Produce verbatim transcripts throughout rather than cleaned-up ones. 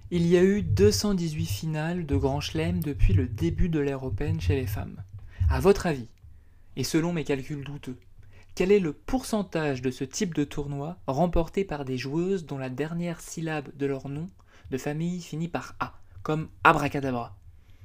Il y a eu deux cent dix-huit finales de Grand Chelem depuis le début de l'ère Open chez les femmes. À votre avis, et selon mes calculs douteux, quel est le pourcentage de ce type de tournoi remporté par des joueuses dont la dernière syllabe de leur nom de famille finit par A, comme abracadabra?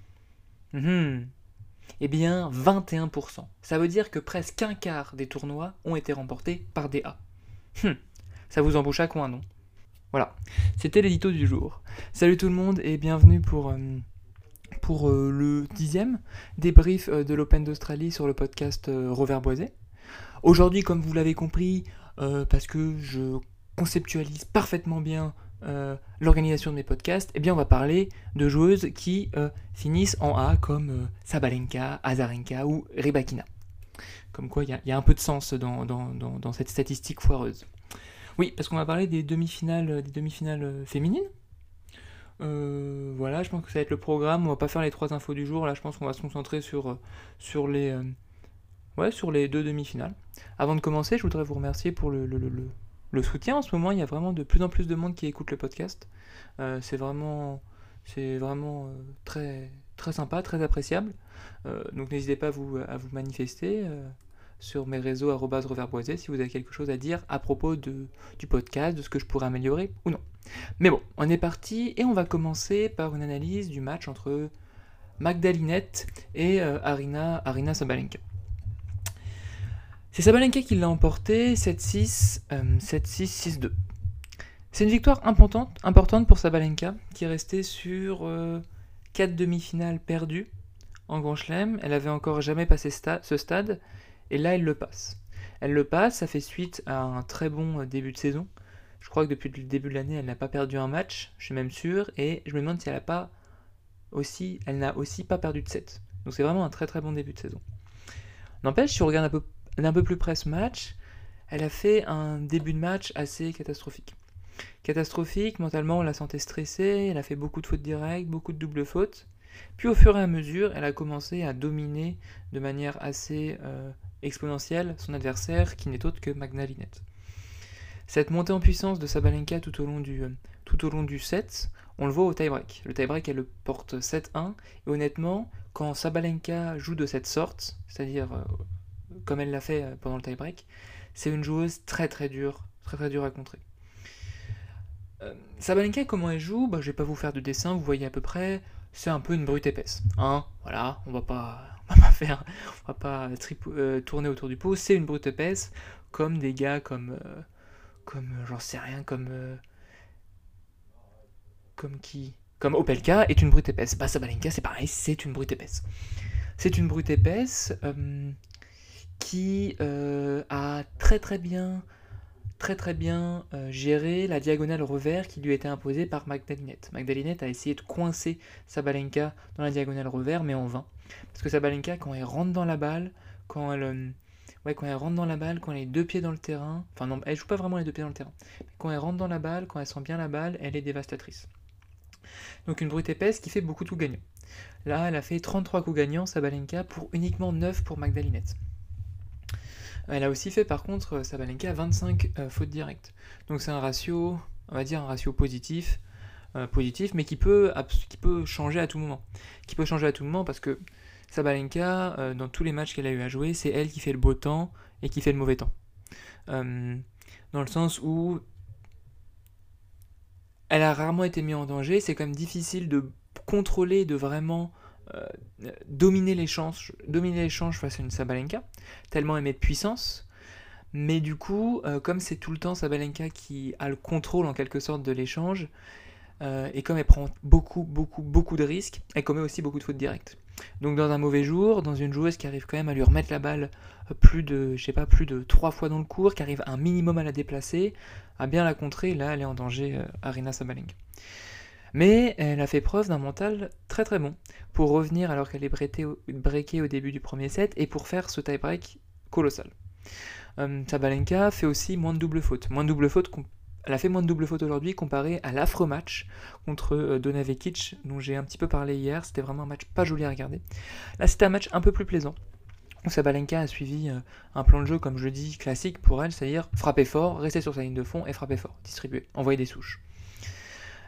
Mhm. Eh bien, vingt et un pour cent. Ça veut dire que presque un quart des tournois ont été remportés par des A. Hum, ça vous embauche à coin, non? Voilà, c'était l'édito du jour. Salut tout le monde et bienvenue pour, euh, pour euh, le dixième débrief euh, de l'Open d'Australie sur le podcast euh, Reverboisé. Aujourd'hui, comme vous l'avez compris, euh, parce que je conceptualise parfaitement bien euh, l'organisation de mes podcasts, eh bien on va parler de joueuses qui euh, finissent en A comme euh, Sabalenka, Azarenka ou Rybakina. Comme quoi, il y, y a un peu de sens dans, dans, dans, dans cette statistique foireuse. Oui, parce qu'on va parler des demi-finales, des demi-finales féminines. Euh, voilà, je pense que ça va être le programme. On va pas faire les trois infos du jour. Là, je pense qu'on va se concentrer sur, sur, les, euh, ouais, sur les deux demi-finales. Avant de commencer, je voudrais vous remercier pour le, le, le, le soutien. En ce moment, il y a vraiment de plus en plus de monde qui écoute le podcast. Euh, c'est vraiment, c'est vraiment euh, très, très sympa, très appréciable. Euh, donc n'hésitez pas à vous, à vous manifester. Euh, sur mes réseaux arobase reverboisé si vous avez quelque chose à dire à propos de, du podcast, de ce que je pourrais améliorer ou non. Mais bon, on est parti et on va commencer par une analyse du match entre Magda Linette et euh, Arina, Arina Sabalenka. C'est Sabalenka qui l'a emporté sept six, euh, sept six, six deux. C'est une victoire importante, importante pour Sabalenka qui est restée sur euh, quatre demi-finales perdues en Grand Chelem. Elle avait encore jamais passé sta- ce stade. Et là, elle le passe. Elle le passe, ça fait suite à un très bon début de saison. Je crois que depuis le début de l'année, elle n'a pas perdu un match, je suis même sûr, et je me demande si elle a pas aussi, elle n'a aussi pas perdu de set. Donc c'est vraiment un très très bon début de saison. N'empêche, si on regarde un peu, d'un peu plus près ce match, elle a fait un début de match assez catastrophique. Catastrophique, mentalement on la sentait stressée, elle a fait beaucoup de fautes directes, beaucoup de doubles fautes. Puis au fur et à mesure, elle a commencé à dominer de manière assez euh, exponentielle son adversaire qui n'est autre que Magda Linette. Cette montée en puissance de Sabalenka tout au long du, euh, tout au long du set, on le voit au tie-break. Le tie-break, elle le porte sept un, et honnêtement, quand Sabalenka joue de cette sorte, c'est-à-dire euh, comme elle l'a fait euh, pendant le tie-break, c'est une joueuse très très dure, très très dure à contrer. Euh, Sabalenka, comment elle joue, bah, je vais pas vous faire de dessin, vous voyez à peu près, c'est un peu une brute épaisse. Hein, voilà, on va pas, on va pas faire, on va pas tripou- euh, tourner autour du pot, c'est une brute épaisse, comme des gars comme, euh, comme euh, j'en sais rien, comme, euh, comme qui, comme Opelka est une brute épaisse. Bah Sabalenka, c'est pareil, c'est une brute épaisse. C'est une brute épaisse euh, qui euh, a très très bien très très bien euh, géré la diagonale revers qui lui était imposée par Magda Linette. Magda Linette a essayé de coincer Sabalenka dans la diagonale revers, mais en vain. Parce que Sabalenka, quand elle rentre dans la balle, quand elle, euh, ouais, quand elle rentre dans la balle, quand elle est deux pieds dans le terrain, enfin non, elle joue pas vraiment les deux pieds dans le terrain, mais quand elle rentre dans la balle, quand elle sent bien la balle, elle est dévastatrice. Donc une brute épaisse qui fait beaucoup de coups gagnants. Là, elle a fait trente-trois coups gagnants, Sabalenka, pour uniquement neuf pour Magda Linette. Elle a aussi fait par contre Sabalenka vingt-cinq euh, fautes directes. Donc c'est un ratio, on va dire un ratio positif, euh, positif, mais qui peut, qui peut changer à tout moment. Qui peut changer à tout moment parce que Sabalenka, euh, dans tous les matchs qu'elle a eu à jouer, c'est elle qui fait le beau temps et qui fait le mauvais temps. Euh, dans le sens où elle a rarement été mise en danger, c'est quand même difficile de contrôler, de vraiment euh, dominer l'échange, dominer l'échange face à une Sabalenka, tellement elle met de puissance. Mais du coup, euh, comme c'est tout le temps Sabalenka qui a le contrôle en quelque sorte de l'échange, euh, et comme elle prend beaucoup, beaucoup, beaucoup de risques, elle commet aussi beaucoup de fautes directes. Donc dans un mauvais jour, dans une joueuse qui arrive quand même à lui remettre la balle plus de, je sais pas, plus de trois fois dans le court, qui arrive un minimum à la déplacer, à bien la contrer, là elle est en danger, euh, Arina Sabalenka. Mais elle a fait preuve d'un mental très très bon pour revenir alors qu'elle est breakée au début du premier set et pour faire ce tie-break colossal. Euh, Sabalenka fait aussi moins de double fautes. Moins de double fautes, elle a fait moins de double fautes aujourd'hui comparé à l'affreux match contre euh, Donna Vekic dont j'ai un petit peu parlé hier. C'était vraiment un match pas joli à regarder. Là, c'était un match un peu plus plaisant. Sabalenka a suivi euh, un plan de jeu, comme je dis, classique pour elle, c'est-à-dire frapper fort, rester sur sa ligne de fond et frapper fort, distribuer, envoyer des souches.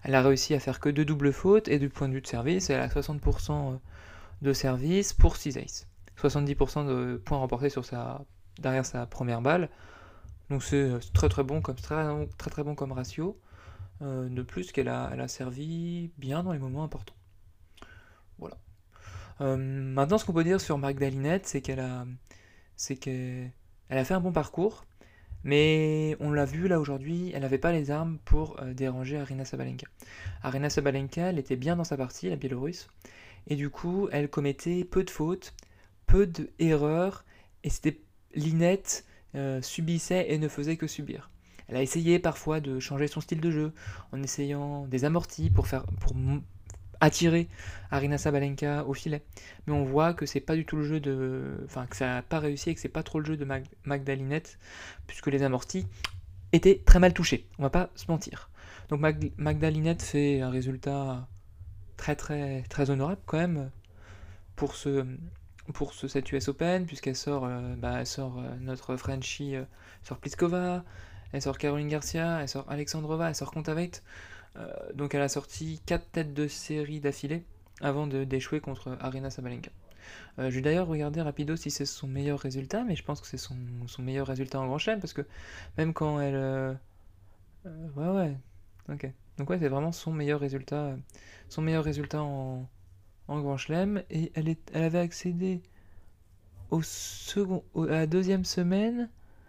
Elle a réussi à faire que deux doubles fautes, et du point de vue de service, elle a soixante pour cent de service pour six aces. soixante-dix pour cent de points remportés sur sa, derrière sa première balle. Donc c'est très très bon comme, très, très, très bon comme ratio. Euh, de plus qu'elle a, elle a servi bien dans les moments importants. Voilà. Euh, maintenant, ce qu'on peut dire sur Magdalinette, c'est qu'elle a, c'est qu'elle a fait un bon parcours, mais on l'a vu là aujourd'hui, elle n'avait pas les armes pour euh, déranger Aryna Sabalenka. Aryna Sabalenka, elle était bien dans sa partie, la Biélorusse, et du coup, elle commettait peu de fautes, peu d'erreurs, et c'était Linette euh, subissait et ne faisait que subir. Elle a essayé parfois de changer son style de jeu en essayant des amortis pour faire pour attirer Aryna Sabalenka au filet. Mais on voit que c'est pas du tout le jeu de, enfin que ça n'a pas réussi et que c'est pas trop le jeu de Mag- Magdalinette, puisque les amortis étaient très mal touchés. On va pas se mentir. Donc Mag- Magdalinette fait un résultat très très très honorable quand même pour ce pour ce cette U S Open, puisqu'elle sort euh, bah, elle sort euh, notre Frenchie, euh, elle sort Pliskova, elle sort Caroline Garcia, elle sort Alexandrova, elle sort Kontaveit. Euh, donc elle a sorti quatre têtes de série d'affilée avant de, d'échouer contre Aryna Sabalenka. Euh, je vais d'ailleurs regarder rapido si c'est son meilleur résultat, mais je pense que c'est son, son meilleur résultat en Grand Chelem, parce que même quand elle... euh, euh, ouais ouais, ok. Donc ouais, c'est vraiment son meilleur résultat, euh, son meilleur résultat en, en Grand Chelem, et elle, est, elle avait accédé au second, au- à la deuxième semaine.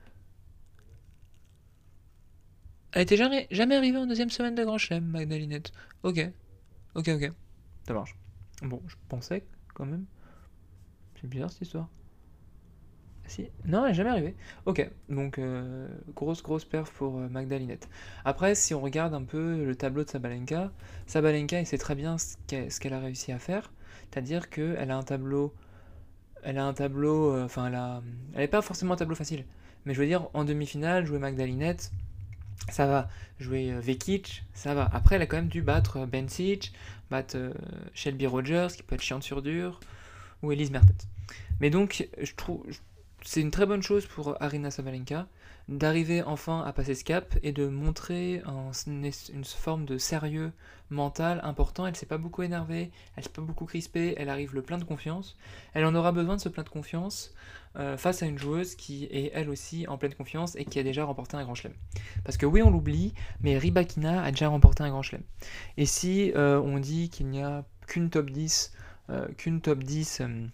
Elle était jamais, jamais arrivée en deuxième semaine de Grand Chelem, Magdalinette. Ok, ok, ok. Ça marche. Bon, je pensais quand même. C'est bizarre cette histoire. Si. Non, elle n'est jamais arrivée. Ok, donc euh, grosse grosse perf pour euh, Magdalinette. Après, si on regarde un peu le tableau de Sabalenka, Sabalenka, il sait très bien ce qu'elle, ce qu'elle a réussi à faire. C'est-à-dire qu'elle a un tableau. Elle a un tableau. euh, Enfin, elle a. Elle n'est pas forcément un tableau facile. Mais je veux dire, en demi-finale, jouer Magdalinette, ça va. Jouer euh, Vekic, ça va. Après, elle a quand même dû battre euh, Bencic, battre euh, Shelby Rogers, qui peut être chiante sur dur, ou Elise Mertens. Mais donc, je trouve, c'est une très bonne chose pour Aryna Sabalenka d'arriver enfin à passer ce cap et de montrer un- une forme de sérieux mental important. Elle s'est pas beaucoup énervée, elle s'est pas beaucoup crispée, elle arrive le plein de confiance. Elle en aura besoin de ce plein de confiance euh, face à une joueuse qui est elle aussi en pleine confiance et qui a déjà remporté un grand chelem. Parce que oui, on l'oublie, mais Rybakina a déjà remporté un grand chelem. Et si euh, on dit qu'il n'y a qu'une top dix, euh, qu'une top dix euh,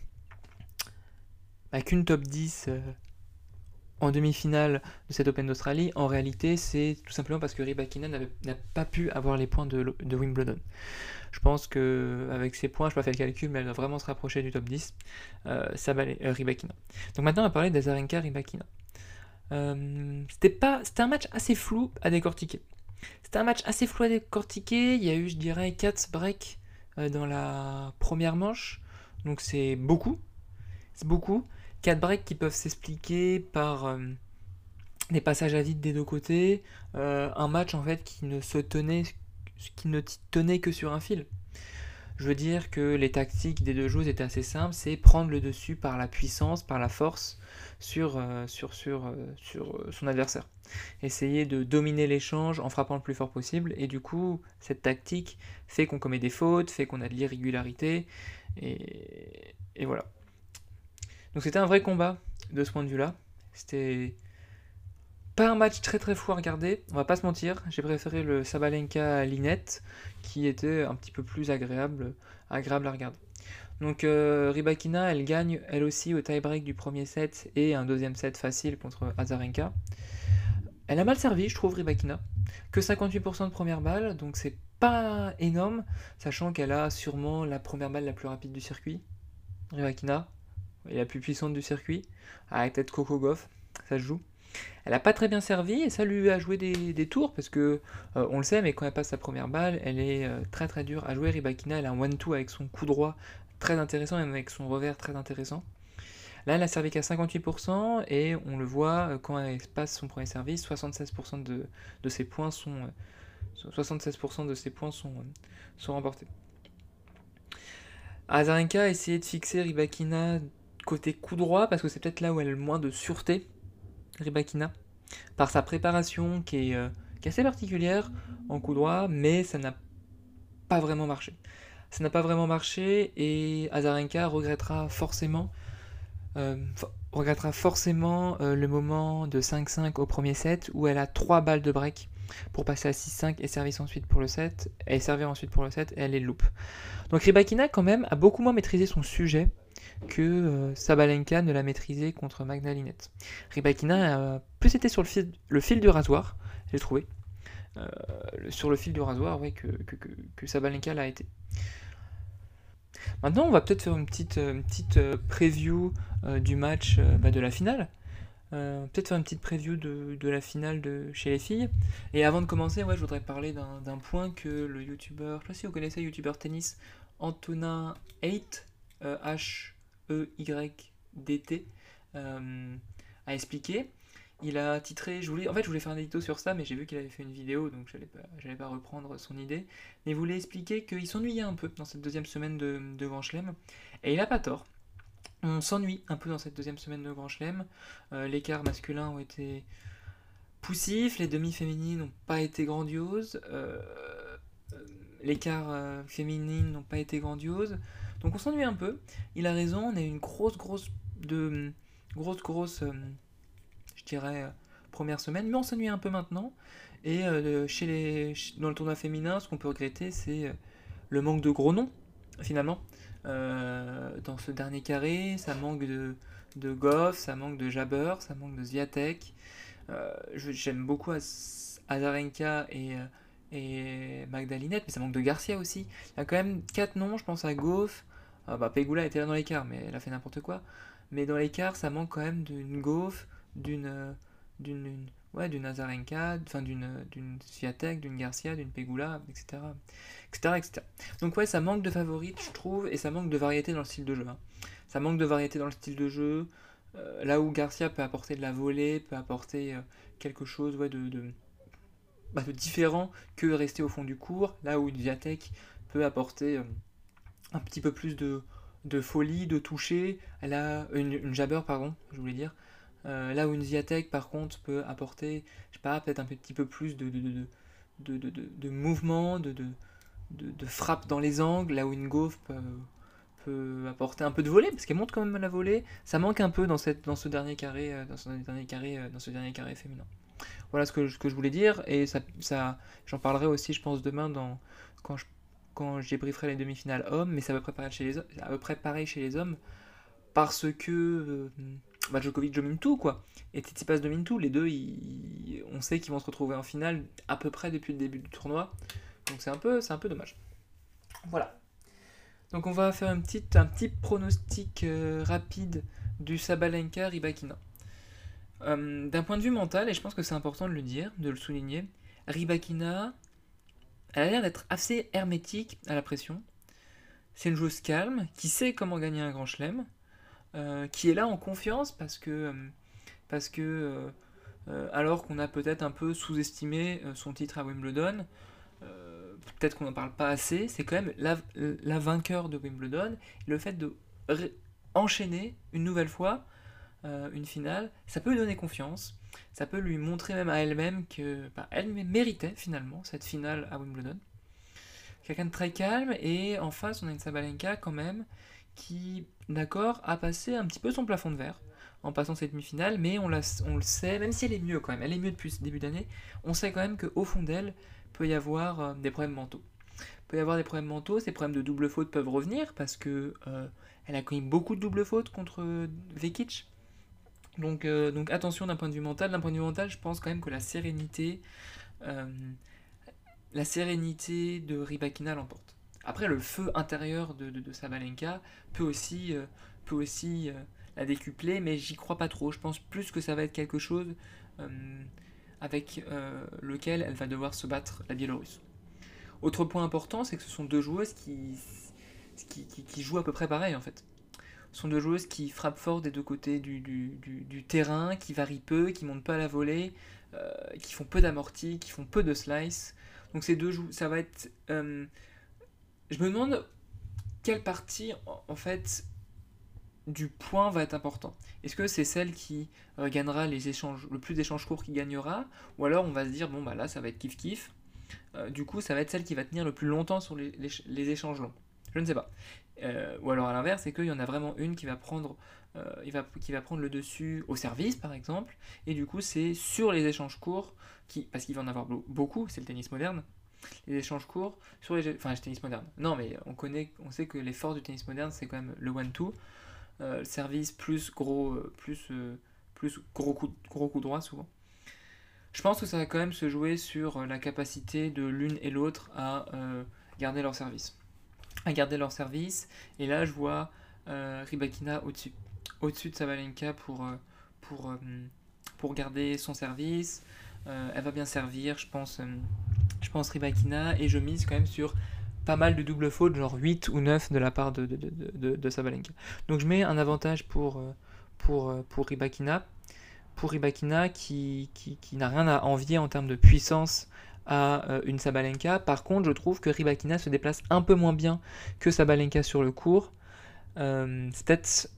bah, qu'une top dix euh, en demi-finale de cette Open d'Australie, en réalité, c'est tout simplement parce que Rybakina n'a pas pu avoir les points de, de Wimbledon. Je pense qu'avec ces points, je ne peux pas faire le calcul, mais elle doit vraiment se rapprocher du top dix, euh, ça va euh, Rybakina. Donc maintenant, on va parler d'Azarenka-Rybakina. Euh, c'était pas, c'était un match assez flou à décortiquer. C'était un match assez flou à décortiquer. Il y a eu, je dirais, quatre breaks euh, dans la première manche. Donc c'est beaucoup. C'est beaucoup. quatre breaks qui peuvent s'expliquer par euh, des passages à vide des deux côtés, euh, un match en fait qui ne se tenait, qui ne tenait que sur un fil. Je veux dire que les tactiques des deux joueuses étaient assez simples, c'est prendre le dessus par la puissance, par la force sur, euh, sur, sur, euh, sur son adversaire. Essayer de dominer l'échange en frappant le plus fort possible, et du coup, cette tactique fait qu'on commet des fautes, fait qu'on a de l'irrégularité, et, et voilà. Donc c'était un vrai combat de ce point de vue-là. C'était pas un match très très fou à regarder, on va pas se mentir. J'ai préféré le Sabalenka-Linette, qui était un petit peu plus agréable, agréable à regarder. Donc euh, Rybakina, elle gagne elle aussi au tie-break du premier set et un deuxième set facile contre Azarenka. Elle a mal servi, je trouve, Rybakina. Que cinquante-huit pour cent de première balle, donc c'est pas énorme, sachant qu'elle a sûrement la première balle la plus rapide du circuit. Rybakina, et la plus puissante du circuit, avec peut-être Coco Gauff, ça se joue. Elle a pas très bien servi et ça lui a joué des, des tours parce que euh, on le sait, mais quand elle passe sa première balle, elle est euh, très très dure à jouer. Rybakina, elle a un one-two avec son coup droit très intéressant, même avec son revers très intéressant. Là, elle a servi qu'à cinquante-huit pour cent et on le voit euh, quand elle passe son premier service, soixante-seize pour cent de, de ses points sont euh, soixante-seize pour cent de ses points sont, euh, sont remportés. Azarenka a essayé de fixer Rybakina côté coup droit parce que c'est peut-être là où elle a le moins de sûreté. Rybakina, par sa préparation qui est, euh, qui est assez particulière en coup droit, mais ça n'a pas vraiment marché. Ça n'a pas vraiment marché et Azarenka regrettera forcément, euh, for- regrettera forcément euh, le moment de cinq cinq au premier set où elle a trois balles de break pour passer à six cinq et servir ensuite pour le set, et servir ensuite pour le set et elle les loupe. Donc Rybakina quand même a beaucoup moins maîtrisé son sujet que euh, Sabalenka ne l'a maîtrisé contre Magda Linette. Rybakina a plus été sur le fil, le fil du rasoir, j'ai trouvé. Euh, sur le fil du rasoir, ouais, que, que, que, que Sabalenka l'a été. Maintenant, on va peut-être faire une petite, une petite euh, preview euh, du match euh, bah, de la finale. Euh, peut-être faire une petite preview de, de la finale de chez les filles. Et avant de commencer, ouais, je voudrais parler d'un, d'un point que le youtubeur, je sais pas si vous connaissez le youtubeur tennis Antonin Haidt, euh, H E Y D T, euh, a expliqué. Il a titré, je voulais, en fait, je voulais faire un édito sur ça, mais j'ai vu qu'il avait fait une vidéo, donc j'allais pas, j'allais pas reprendre son idée. Mais il voulait expliquer qu'il s'ennuyait un peu dans cette deuxième semaine de, de Grand Chelem, et il a pas tort. On s'ennuie un peu dans cette deuxième semaine de Grand Chelem. Euh, l'écart masculin ont été poussifs, les demi-féminines n'ont pas été grandioses, euh, l'écart euh, féminine n'ont pas été grandioses. Donc on s'ennuie un peu. Il a raison, on a eu une grosse, grosse, de, grosse, grosse, euh, je dirais, euh, première semaine, mais on s'ennuie un peu maintenant. Et euh, chez les, dans le tournoi féminin, ce qu'on peut regretter, c'est euh, le manque de gros noms, finalement. Euh, dans ce dernier carré, ça manque de, de Goff, ça manque de Jabber, ça manque de Swiatek. Euh, j'aime beaucoup Azarenka et, euh, et Magdalinette, mais ça manque de Garcia aussi. Il y a quand même quatre noms, je pense à Goff. Ah bah, Pegula était là dans l'écart, mais elle a fait n'importe quoi. Mais dans l'écart, ça manque quand même d'une Goff, d'une euh, d'une ouais, d'une Azarenka, enfin d'une d'une Swiatek, d'une Garcia, d'une Pegula, et cetera, et cetera, et cetera. Donc ouais, ça manque de favorites, je trouve, et ça manque de variété dans le style de jeu. Hein. Ça manque de variété dans le style de jeu. Euh, là où Garcia peut apporter de la volée, peut apporter euh, quelque chose ouais, de, de, bah, de différent que rester au fond du court, là où une Swiatek peut apporter euh, un petit peu plus de, de folie, de toucher, elle a une, une Jabber, pardon, je voulais dire. Euh, là où une Swiatek, par contre, peut apporter, je sais pas, peut-être un petit peu plus de, de, de, de, de, de, de mouvement, de, de, de, de frappe dans les angles, là où une Goff peut, peut apporter un peu de volée, parce qu'elle monte quand même la volée. Ça manque un peu dans, cette, dans ce dernier carré, euh, dans ce dernier carré, euh, dans ce dernier carré féminin. Voilà ce que, ce que je voulais dire, et ça, ça, j'en parlerai aussi, je pense, demain dans, quand je quand je débrieferai les demi-finales hommes, mais c'est à peu près pareil chez les, à peu près pareil chez les hommes, parce que euh, bah, Djokovic domine tout, quoi. Et Tsitsipas domine tout. Les deux, ils, on sait qu'ils vont se retrouver en finale à peu près depuis le début du tournoi. Donc c'est un peu, c'est un peu dommage. Voilà. Donc on va faire un petit, un petit pronostic euh, rapide du Sabalenka Rybakina. Euh, d'un point de vue mental, et je pense que c'est important de le dire, de le souligner, Rybakina, elle a l'air d'être assez hermétique à la pression. C'est une joueuse calme, qui sait comment gagner un grand chelem, euh, qui est là en confiance parce que, euh, parce que euh, euh, alors qu'on a peut-être un peu sous-estimé euh, son titre à Wimbledon, euh, peut-être qu'on n'en parle pas assez, c'est quand même la, la vainqueur de Wimbledon. Et le fait de ré- enchaîner une nouvelle fois euh, une finale, ça peut lui donner confiance, ça peut lui montrer même à elle-même que bah, elle méritait finalement cette finale à Wimbledon. Quelqu'un de très calme, et en face on a une Sabalenka quand même qui, d'accord, a passé un petit peu son plafond de verre en passant cette demi-finale, mais on, la, on le sait, même si elle est mieux quand même, elle est mieux depuis ce début d'année, on sait quand même qu'au fond d'elle peut y avoir euh, des problèmes mentaux. Il peut y avoir des problèmes mentaux, ces problèmes de double faute peuvent revenir parce que euh, elle a commis beaucoup de double fautes contre euh, Vekic. Donc, euh, donc attention d'un point de vue mental. D'un point de vue mental, je pense quand même que la sérénité, euh, la sérénité de Rybakina l'emporte. Après, le feu intérieur de, de, de Sabalenka peut aussi, euh, peut aussi euh, la décupler, mais j'y crois pas trop. Je pense plus que ça va être quelque chose euh, avec euh, lequel elle va devoir se battre, la Biélorusse. Autre point important, c'est que ce sont deux joueuses qui, qui, qui, qui jouent à peu près pareil en fait. Ce sont deux joueuses qui frappent fort des deux côtés du, du, du, du terrain, qui varient peu, qui montent pas à la volée, euh, qui font peu d'amortis, qui font peu de slice. Donc ces deux joueurs, ça va être... Euh, je me demande quelle partie, en, en fait, du point va être important. Est-ce que c'est celle qui euh, gagnera les échanges, le plus d'échanges courts qui gagnera, ou alors on va se dire, bon bah là ça va être kiff-kiff, euh, du coup, ça va être celle qui va tenir le plus longtemps sur les, les, les échanges longs. Je ne sais pas. Euh, ou alors à l'inverse, c'est qu'il y en a vraiment une qui va prendre, euh, il va, qui va prendre le dessus au service, par exemple, et du coup, c'est sur les échanges courts, qui, parce qu'il va en avoir beaucoup, c'est le tennis moderne, les échanges courts sur les, enfin, le tennis moderne. Non, mais on connaît, on sait que les forces du tennis moderne, c'est quand même le one-two, euh, le service plus gros, euh, plus, euh, plus gros coup, gros coup droit souvent. Je pense que ça va quand même se jouer sur la capacité de l'une et l'autre à euh, garder leur service. À garder leur service. Et là, je vois euh, Rybakina au-dessus. Au-dessus de Sabalenka pour, euh, pour, euh, pour garder son service. Euh, elle va bien servir, je pense, euh, je pense Rybakina. Et je mise quand même sur pas mal de doubles fautes, genre huit ou neuf de la part de, de, de, de, de Sabalenka. Donc je mets un avantage pour, pour, pour Rybakina. Pour Rybakina qui, qui, qui n'a rien à envier en termes de puissance à euh, une Sabalenka. Par contre, je trouve que Rybakina se déplace un peu moins bien que Sabalenka sur le court. Euh, c'est peut-être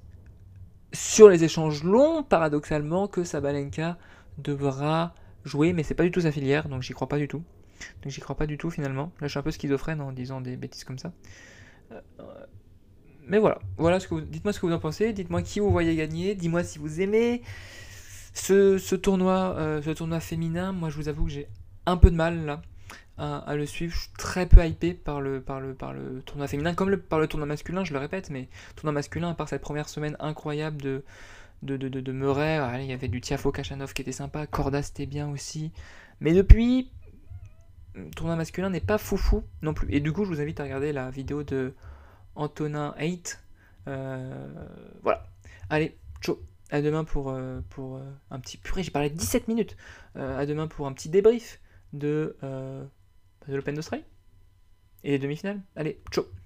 sur les échanges longs, paradoxalement, que Sabalenka devra jouer, mais c'est pas du tout sa filière, donc j'y crois pas du tout. Donc j'y crois pas du tout finalement. Là, je suis un peu schizophrène en disant des bêtises comme ça. Euh, mais voilà, voilà ce que vous... dites-moi ce que vous en pensez. Dites-moi qui vous voyez gagner. Dis-moi si vous aimez ce, ce tournoi, euh, ce tournoi féminin. Moi, je vous avoue que j'ai un peu de mal là à, à le suivre. Je suis très peu hypé par le, par le, par le tournoi féminin, comme le, par le tournoi masculin. Je le répète, mais tournoi masculin, à part cette première semaine incroyable de de, de, de, de Murray, allez, il y avait du Tiafoe Khachanov qui était sympa, Korda c'était bien aussi. Mais depuis, le tournoi masculin n'est pas foufou non plus. Et du coup, je vous invite à regarder la vidéo de Antonin huit. Euh, voilà. Allez, ciao. À demain pour, euh, pour euh, un petit... Purée, j'ai parlé de dix-sept minutes. Euh, à demain pour un petit débrief de, euh, de l'Open d'Australie et les demi-finales. Allez, ciao.